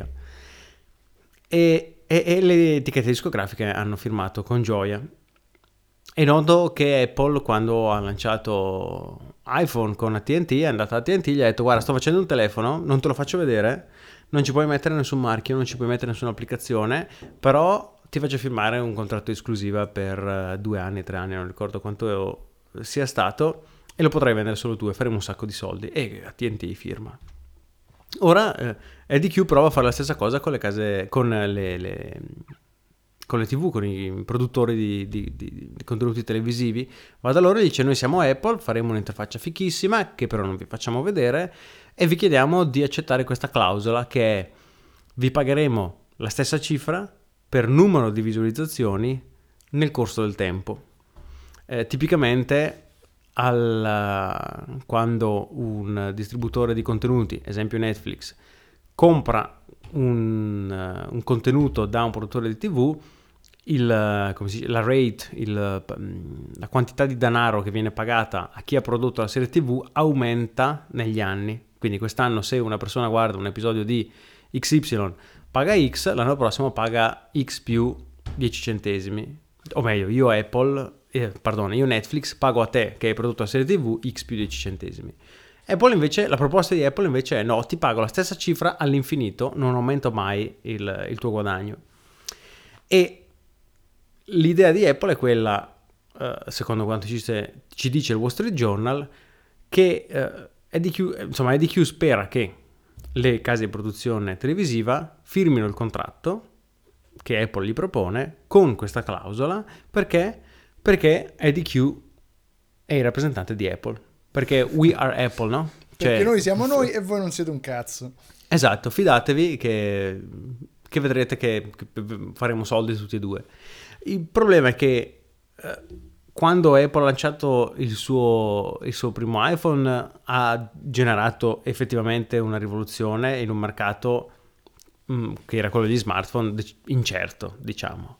E le etichette discografiche hanno firmato con gioia. È noto che Apple, quando ha lanciato iPhone con AT&T, è andata a AT&T e gli ha detto: guarda, sto facendo un telefono, non te lo faccio vedere, non ci puoi mettere nessun marchio, non ci puoi mettere nessuna applicazione, però ti faccio firmare un contratto esclusiva per 2 anni, 3 anni, non ricordo quanto sia stato, e lo potrai vendere solo tu e faremo un sacco di soldi. E AT&T firma. Ora EDQ prova a fare la stessa cosa con le case, con le TV, con i produttori di contenuti televisivi. Va da loro e dice: noi siamo Apple, faremo un'interfaccia fichissima che però non vi facciamo vedere e vi chiediamo di accettare questa clausola, che è: vi pagheremo la stessa cifra per numero di visualizzazioni nel corso del tempo. Tipicamente quando un distributore di contenuti, esempio Netflix, compra un contenuto da un produttore di TV, la rate, la quantità di denaro che viene pagata a chi ha prodotto la serie TV aumenta negli anni. Quindi quest'anno, se una persona guarda un episodio di XY paga X, l'anno prossimo paga X più 10 centesimi. O meglio, io Netflix pago a te che hai prodotto la serie TV X più 10 centesimi. Apple invece, la proposta di Apple invece è: no, ti pago la stessa cifra all'infinito, non aumento mai il tuo guadagno. E l'idea di Apple è quella, secondo quanto ci dice il Wall Street Journal, che EDQ spera che le case di produzione televisiva firmino il contratto che Apple gli propone con questa clausola, perché EDQ è il rappresentante di Apple, perché we are Apple, no? Perché noi siamo noi e voi non siete un cazzo. Esatto, fidatevi che vedrete che faremo soldi tutti e due. Il problema è che quando Apple ha lanciato il suo primo iPhone ha generato effettivamente una rivoluzione in un mercato che era quello degli smartphone incerto, diciamo.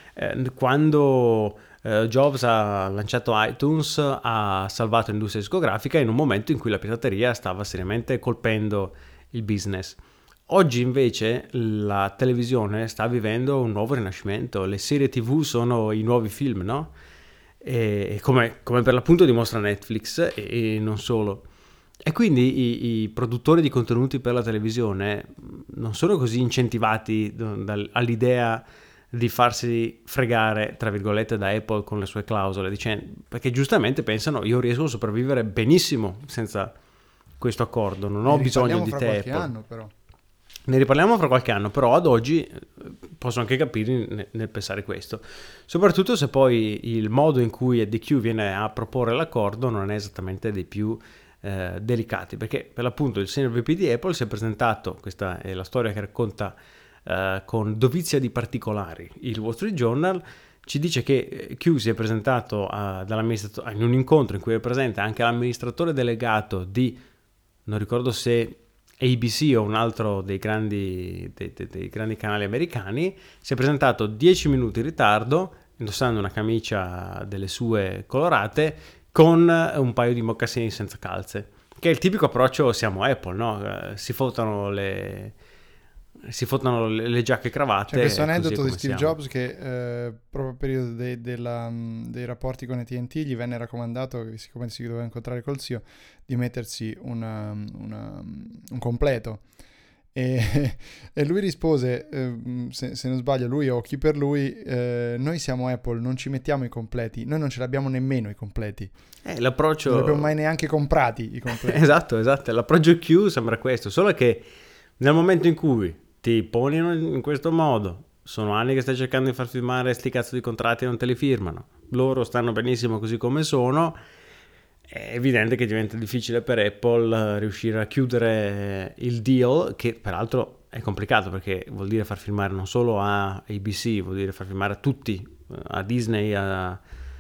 Quando Jobs ha lanciato iTunes ha salvato l'industria discografica in un momento in cui la pirateria stava seriamente colpendo il business. Oggi invece la televisione sta vivendo un nuovo rinascimento, le serie TV sono i nuovi film, no? E come per l'appunto dimostra Netflix e non solo. E quindi i produttori di contenuti per la televisione non sono così incentivati all'idea di farsi fregare, tra virgolette, da Apple con le sue clausole, perché giustamente pensano: io riesco a sopravvivere benissimo senza questo accordo, non ho bisogno di te, Apple. Anno, però. Ne riparliamo fra qualche anno, però ad oggi posso anche capire nel pensare questo, soprattutto se poi il modo in cui EDQ viene a proporre l'accordo non è esattamente dei più delicati, perché per l'appunto il Senior VP di Apple si è presentato, questa è la storia che racconta con dovizia di particolari il Wall Street Journal, ci dice che Q si è presentato in un incontro in cui è presente anche l'amministratore delegato di, non ricordo se ABC o un altro dei grandi canali americani, si è presentato 10 minuti in ritardo, indossando una camicia delle sue colorate, con un paio di mocassini senza calze, che è il tipico approccio siamo Apple, no? Si fottono le giacche e cravatte. C'è questo aneddoto di come Steve siamo. Jobs che proprio al periodo dei rapporti con AT&T gli venne raccomandato, siccome si doveva incontrare col CEO, di mettersi un completo. E lui rispose, se non sbaglio, lui o chi per lui, noi siamo Apple, non ci mettiamo i completi, noi non ce l'abbiamo nemmeno i completi. L'approccio... Non li abbiamo mai neanche comprati i completi. Esatto, l'approccio Q sembra questo, solo che nel momento in cui ti poni in questo modo, sono anni che stai cercando di far firmare sti cazzo di contratti e non te li firmano, loro stanno benissimo così come sono, è evidente che diventa difficile per Apple riuscire a chiudere il deal, che peraltro è complicato perché vuol dire far firmare non solo a ABC, vuol dire far firmare a tutti, a Disney, alla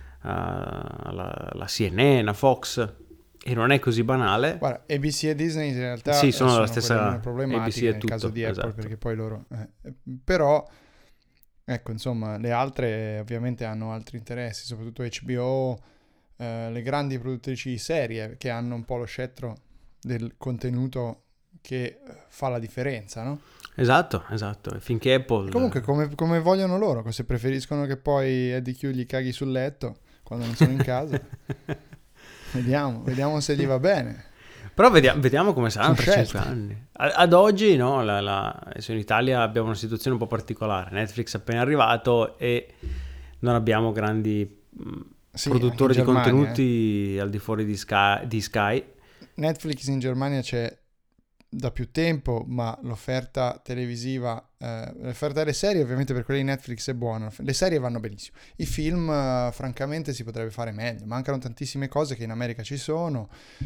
CNN, a Fox, e non è così banale. Guarda, ABC e Disney in realtà sì, sono la quelle stessa meno problematiche ABC nel tutto, caso di Apple, esatto. perché poi loro... però, ecco, insomma, le altre ovviamente hanno altri interessi, soprattutto HBO, le grandi produttrici di serie che hanno un po' lo scettro del contenuto che fa la differenza, no? Esatto, e finché Apple... E comunque come vogliono loro, se preferiscono che poi Eddie Q gli caghi sul letto quando non sono in casa, vediamo se gli va bene. Però vediamo come saranno Sono tra scelte. 5 anni. Ad oggi, no, adesso in Italia abbiamo una situazione un po' particolare. Netflix è appena arrivato e non abbiamo grandi Sì, produttori anche di in Germania, contenuti al di fuori di Sky. Netflix in Germania c'è da più tempo, ma l'offerta televisiva, l'offerta delle serie ovviamente per quelle di Netflix è buona, le serie vanno benissimo, i film francamente si potrebbe fare meglio, mancano tantissime cose che in America ci sono,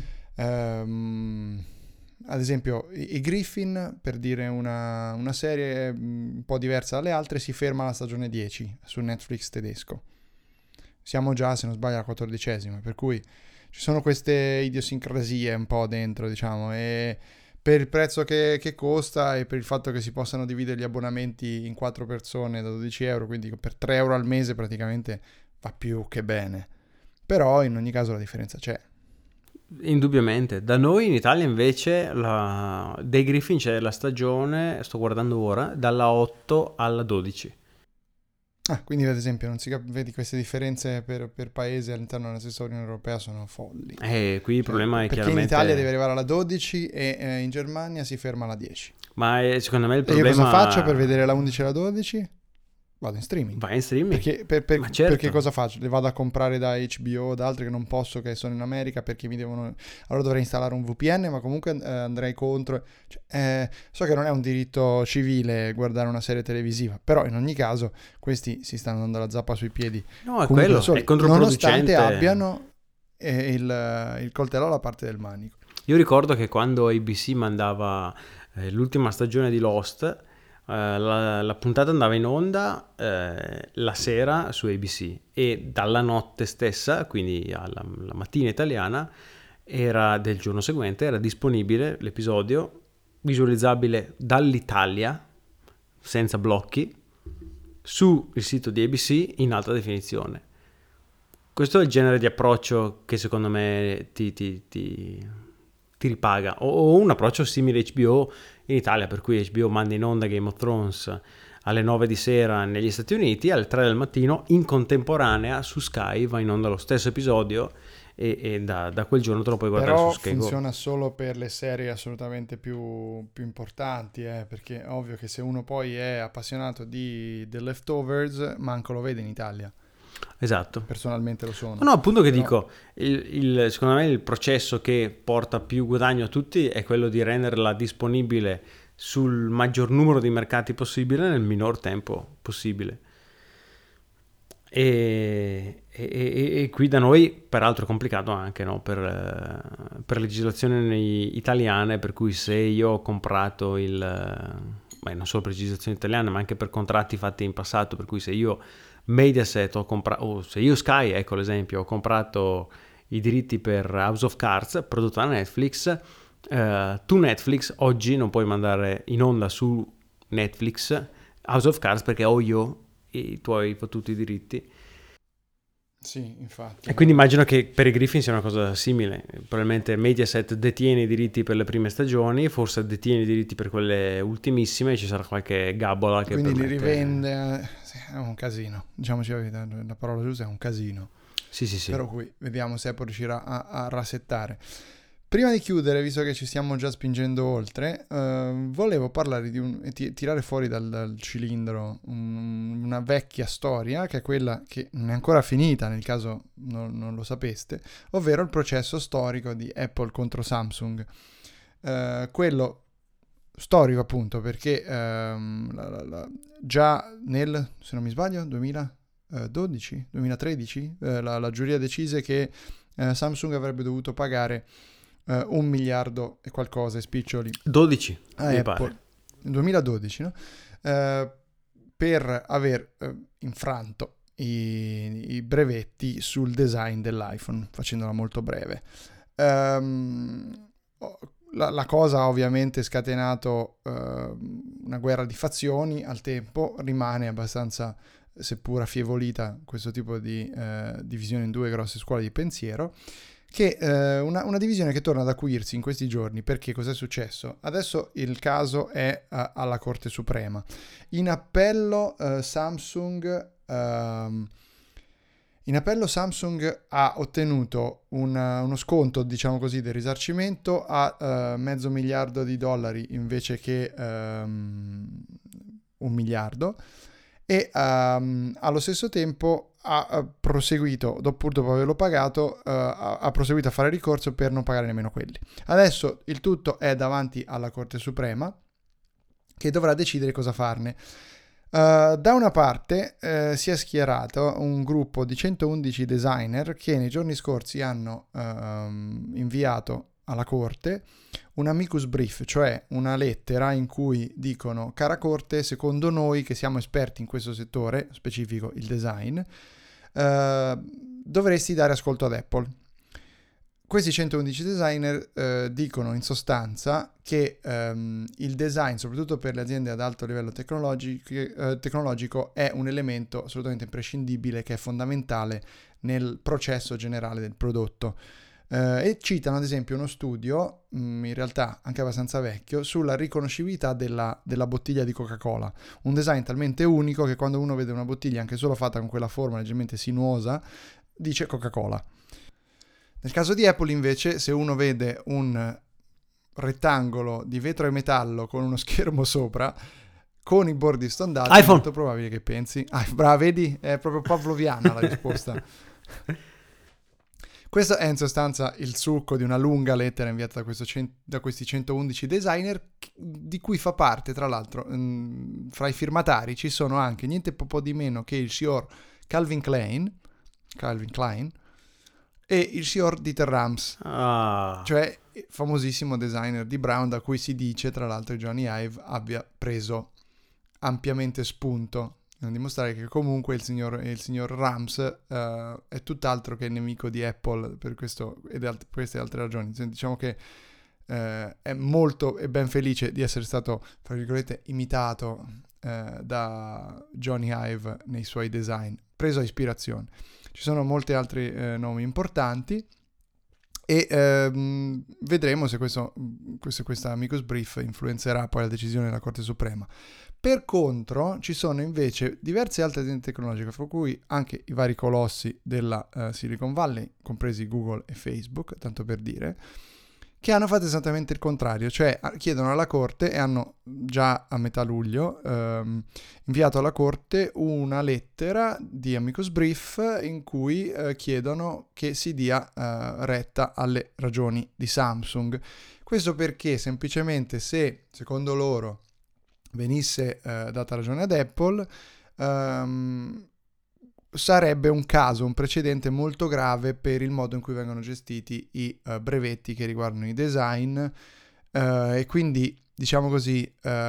ad esempio i Griffin, per dire una serie un po' diversa dalle altre, si ferma alla stagione 10 su Netflix tedesco, siamo già, se non sbaglio, alla 14ª, per cui ci sono queste idiosincrasie un po' dentro, diciamo, e per il prezzo che costa e per il fatto che si possano dividere gli abbonamenti in 4 persone da 12 euro, quindi per 3 euro al mese praticamente va più che bene. Però in ogni caso la differenza c'è. Indubbiamente. Da noi in Italia invece dei Griffin c'è la stagione, sto guardando ora, dalla 8 alla 12. Quindi ad esempio non vedi queste differenze per paese all'interno della stessa Unione Europea sono folli. Qui il problema è perché chiaramente... in Italia deve arrivare alla 12 e in Germania si ferma alla 10. Ma secondo me il E io problema... cosa faccio per vedere la 11 e la 12? Vado in streaming. Vai in streaming? Perché, certo. Perché cosa faccio? Le vado a comprare da HBO, da altri che non posso, che sono in America, perché mi devono... Allora dovrei installare un VPN, ma comunque andrei contro. So che non è un diritto civile guardare una serie televisiva, però in ogni caso questi si stanno dando la zappa sui piedi. No, è quello, è controproducente. Nonostante abbiano il coltello alla parte del manico. Io ricordo che quando ABC mandava l'ultima stagione di Lost... la puntata andava in onda la sera su ABC e dalla notte stessa, quindi la mattina italiana del giorno seguente, era disponibile l'episodio visualizzabile dall'Italia senza blocchi sul sito di ABC in alta definizione. Questo è il genere di approccio che secondo me ti ripaga, o un approccio simile a HBO in Italia, per cui HBO manda in onda Game of Thrones alle 9 di sera negli Stati Uniti, alle 3 del mattino in contemporanea su Sky va in onda lo stesso episodio e da quel giorno te lo puoi guardare però su Sky. Però funziona solo per le serie assolutamente più importanti, perché è ovvio che se uno poi è appassionato di The Leftovers manco lo vede in Italia. Esatto. Personalmente lo sono. No, appunto che dico, secondo me il processo che porta più guadagno a tutti è quello di renderla disponibile sul maggior numero di mercati possibile nel minor tempo possibile. E qui da noi, peraltro è complicato anche, no? Per legislazioni italiane, per cui se io ho comprato non solo per legislazioni italiane, ma anche per contratti fatti in passato, per cui se io Mediaset ho comprato, o se io Sky, ecco l'esempio, ho comprato i diritti per House of Cards prodotto da Netflix, tu Netflix oggi non puoi mandare in onda su Netflix House of Cards perché ho io i tuoi fottuti diritti. Sì, infatti. E quindi immagino che per i Griffin sia una cosa simile. Probabilmente Mediaset detiene i diritti per le prime stagioni, forse detiene i diritti per quelle ultimissime, e ci sarà qualche gabola che quindi permette... li rivende, sì, è un casino, diciamoci la verità, la parola giusta è un casino. Sì. Però qui vediamo se Apple riuscirà a rassettare. Prima di chiudere, visto che ci stiamo già spingendo oltre, volevo parlare di tirare fuori dal cilindro una vecchia storia, che è quella che non è ancora finita, nel caso non lo sapeste, ovvero il processo storico di Apple contro Samsung. Quello storico appunto perché già nel, se non mi sbaglio, 2013, la giuria decise che Samsung avrebbe dovuto pagare 1 miliardo e qualcosa e spiccioli 12 a mi Apple pare. nel 2012, no? Per aver infranto i brevetti sul design dell'iPhone, facendola molto breve. La cosa ha ovviamente scatenato una guerra di fazioni al tempo, rimane abbastanza, seppur affievolita, questo tipo di divisione in due grosse scuole di pensiero, che una divisione che torna ad acuirsi in questi giorni. Perché cos'è successo? Adesso il caso è alla Corte Suprema. In appello Samsung ha ottenuto uno sconto, diciamo così, del risarcimento a $500 milioni invece che 1 miliardo, e allo stesso tempo ha proseguito, dopo averlo pagato, ha proseguito a fare ricorso per non pagare nemmeno quelli. Adesso il tutto è davanti alla Corte Suprema, che dovrà decidere cosa farne. Da una parte si è schierato un gruppo di 111 designer che nei giorni scorsi hanno inviato alla Corte un amicus brief, cioè una lettera in cui dicono: cara Corte, secondo noi che siamo esperti in questo settore specifico, il design, dovresti dare ascolto ad Apple. Questi 111 designer dicono in sostanza che il design, soprattutto per le aziende ad alto livello tecnologico, è un elemento assolutamente imprescindibile, che è fondamentale nel processo generale del prodotto. E citano ad esempio uno studio, in realtà anche abbastanza vecchio, sulla riconoscibilità della bottiglia di Coca-Cola. Un design talmente unico che quando uno vede una bottiglia anche solo fatta con quella forma leggermente sinuosa, dice Coca-Cola. Nel caso di Apple invece, se uno vede un rettangolo di vetro e metallo con uno schermo sopra, con i bordi stondati, iPhone. è molto probabile che pensi... brava, vedi? È proprio pavloviana la risposta. Questo è in sostanza il succo di una lunga lettera inviata da questi 111 designer, di cui fa parte, tra l'altro, fra i firmatari ci sono anche niente po' di meno che il signor Calvin Klein e il signor Dieter Rams, cioè il famosissimo designer di Brown, da cui si dice, tra l'altro, che Johnny Ive abbia preso ampiamente spunto, a dimostrare che comunque il signor Rams è tutt'altro che nemico di Apple per questo e queste altre ragioni. Diciamo che è molto e ben felice di essere stato, tra virgolette, imitato da Johnny Ive nei suoi design, preso a ispirazione. Ci sono molti altri nomi importanti e vedremo se questa amicus brief influenzerà poi la decisione della Corte Suprema. Per contro ci sono invece diverse altre aziende tecnologiche, fra cui anche i vari colossi della Silicon Valley, compresi Google e Facebook, tanto per dire, che hanno fatto esattamente il contrario, cioè chiedono alla Corte, e hanno già a metà luglio inviato alla Corte una lettera di amicus brief in cui chiedono che si dia retta alle ragioni di Samsung. Questo perché semplicemente, se secondo loro venisse data ragione ad Apple, sarebbe un precedente molto grave per il modo in cui vengono gestiti i brevetti che riguardano i design, e quindi, diciamo così,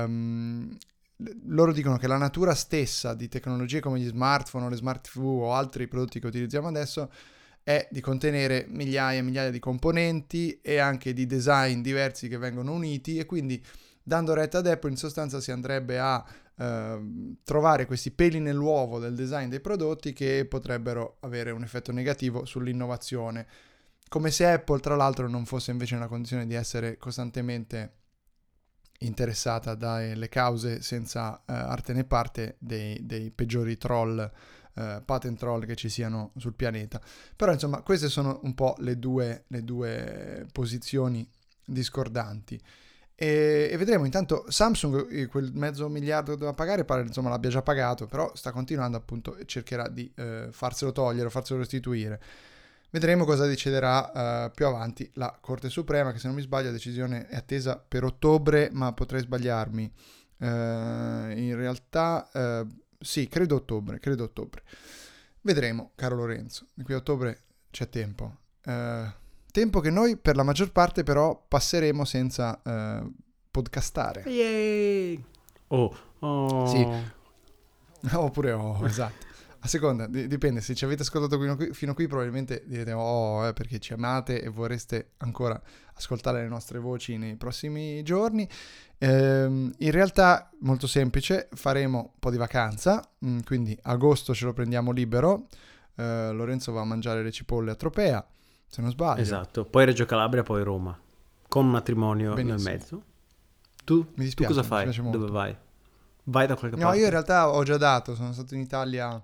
loro dicono che la natura stessa di tecnologie come gli smartphone o le smart TV o altri prodotti che utilizziamo adesso è di contenere migliaia e migliaia di componenti e anche di design diversi che vengono uniti, e quindi, dando retta ad Apple, in sostanza si andrebbe a trovare questi peli nell'uovo del design dei prodotti che potrebbero avere un effetto negativo sull'innovazione, come se Apple, tra l'altro, non fosse invece nella condizione di essere costantemente interessata dalle cause senza arte né parte dei peggiori troll, patent troll che ci siano sul pianeta. Però insomma queste sono un po' le due posizioni discordanti. E vedremo. Intanto Samsung quel $500 miliardo che doveva pagare pare insomma l'abbia già pagato, però sta continuando appunto e cercherà di farselo togliere o farselo restituire. Vedremo cosa deciderà più avanti la Corte Suprema, che se non mi sbaglio la decisione è attesa per ottobre, ma potrei sbagliarmi. In realtà sì, credo ottobre. Vedremo, caro Lorenzo, di qui a ottobre c'è tempo. Tempo che noi per la maggior parte però passeremo senza podcastare. Yay! Oh. Sì. Oppure esatto. A seconda, dipende, se ci avete ascoltato fino a qui probabilmente direte perché ci amate e vorreste ancora ascoltare le nostre voci nei prossimi giorni. In realtà molto semplice, faremo un po' di vacanza, quindi agosto ce lo prendiamo libero. Lorenzo va a mangiare le cipolle a Tropea, se non sbaglio. Esatto, poi Reggio Calabria, poi Roma, con un matrimonio nel mezzo. Tu cosa fai? Dove vai? Vai da qualche parte? No, io in realtà ho già dato, sono stato in Italia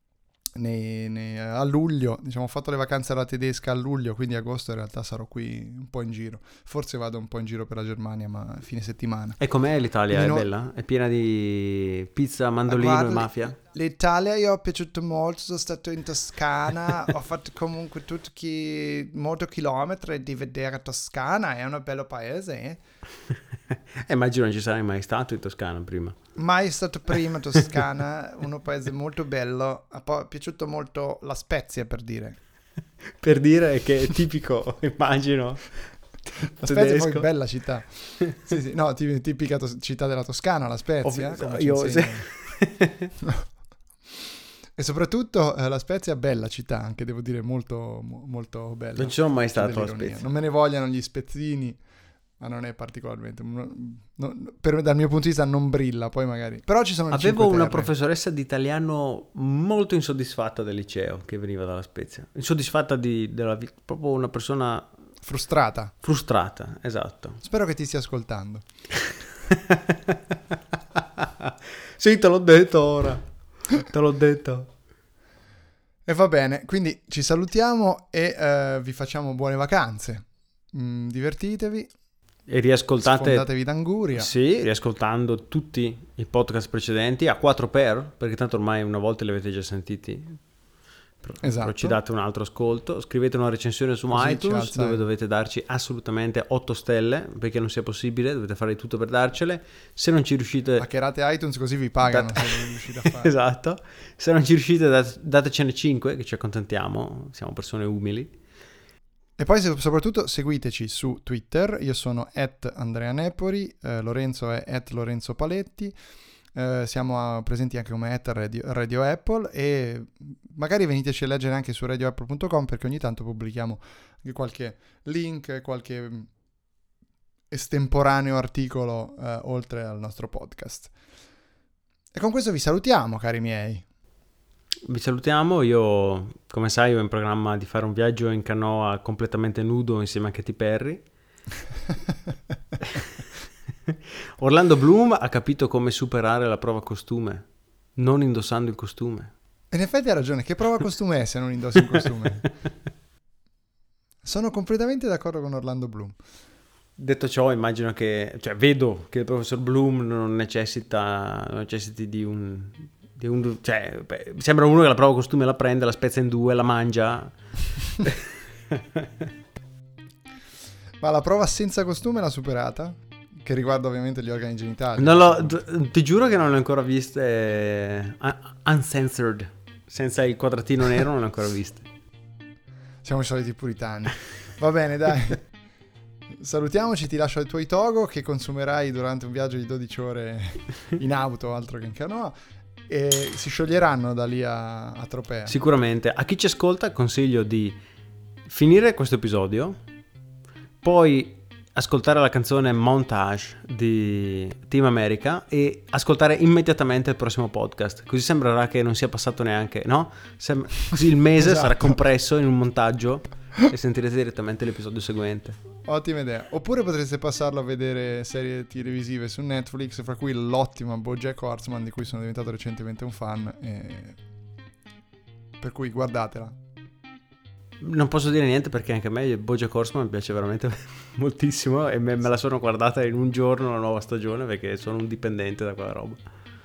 a luglio, diciamo, ho fatto le vacanze alla tedesca a luglio, quindi agosto in realtà sarò qui un po' in giro. Forse vado un po' in giro per la Germania, ma fine settimana. E com'è l'Italia? Quindi è bella? È piena di pizza, mandolino e mafia? L'Italia io ho piaciuto molto, sono stato in Toscana, ho fatto comunque tutti molti chilometri di vedere Toscana, è un bello paese. Immagino non ci sarai mai stato in Toscana prima. Mai stato prima in Toscana, un paese molto bello, poi è piaciuto molto la Spezia, per dire. Per dire che è tipico, immagino. La Spezia è poi bella città. Sì, no, tipica città della Toscana, la Spezia. E soprattutto la Spezia è bella città, anche devo dire molto, molto bella. Non ci sono mai stato alla Spezia. Non me ne vogliano gli spezzini, ma non è particolarmente, dal mio punto di vista non brilla, poi magari. Però ci sono Avevo una professoressa di italiano molto insoddisfatta del liceo che veniva dalla Spezia. Insoddisfatta proprio una persona frustrata, esatto. Spero che ti stia ascoltando. Sì, te l'ho detto ora. Te l'ho detto. E va bene, quindi ci salutiamo e vi facciamo buone vacanze. Divertitevi. E sfondatevi d'anguria. Sì, riascoltando tutti i podcast precedenti a 4x, perché tanto ormai una volta li avete già sentiti. Esatto. Però ci date un altro ascolto, scrivete una recensione su iTunes dove dovete darci assolutamente 8 stelle, perché non sia possibile, dovete fare di tutto per darcele. Se non ci riuscite, hackerate iTunes così vi pagano se non riuscite a fare. Esatto. Se non ci riuscite datecene 5 che ci accontentiamo, siamo persone umili. E poi soprattutto seguiteci su Twitter, io sono @AndreaNepori, Lorenzo è @LorenzoPaletti, siamo presenti anche come Radio Apple, e magari veniteci a leggere anche su radioapple.com, perché ogni tanto pubblichiamo anche qualche link, qualche estemporaneo articolo oltre al nostro podcast. E con questo vi salutiamo, cari miei. Vi salutiamo, io come sai ho in programma di fare un viaggio in canoa completamente nudo insieme a Katy Perry. Orlando Bloom ha capito come superare la prova costume, non indossando il costume. In effetti ha ragione, che prova costume è se non indossi un costume? Sono completamente d'accordo con Orlando Bloom. Detto ciò, immagino vedo che il professor Bloom non necessiti di un sembra uno che la prova costume la prende, la spezza in due, la mangia. Ma la prova senza costume l'ha superata? Che riguarda ovviamente gli organi genitali. Ti giuro che non le ho ancora viste uncensored. senza il quadratino nero non l'ho ancora vista. Siamo i soliti puritani. Va bene, dai. Salutiamoci, ti lascio ai tuoi togo che consumerai durante un viaggio di 12 ore in auto, altro che in canoa, e si scioglieranno da lì a Tropea. Sicuramente. A chi ci ascolta consiglio di finire questo episodio, poi ascoltare la canzone Montage di Team America e ascoltare immediatamente il prossimo podcast, così sembrerà che non sia passato neanche, no? Così il mese Esatto. sarà compresso in un montaggio e sentirete direttamente l'episodio seguente. Ottima idea. Oppure potreste passarlo a vedere serie televisive su Netflix, fra cui l'ottima BoJack Horseman, di cui sono diventato recentemente un fan, per cui guardatela. Non posso dire niente perché anche a me BoJack Horseman mi piace veramente moltissimo e me la sono guardata in un giorno la nuova stagione perché sono un dipendente da quella roba.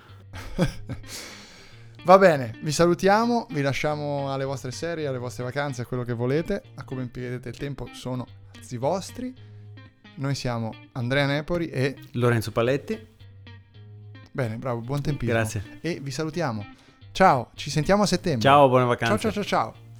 Va bene, vi salutiamo, vi lasciamo alle vostre serie, alle vostre vacanze, a quello che volete, a come impiegate il tempo sono cazzi vostri. Noi siamo Andrea Nepori e Lorenzo Paletti. Bene, bravo, buon tempismo. Grazie. E vi salutiamo. Ciao, ci sentiamo a settembre. Ciao, buone vacanze. Ciao ciao ciao ciao.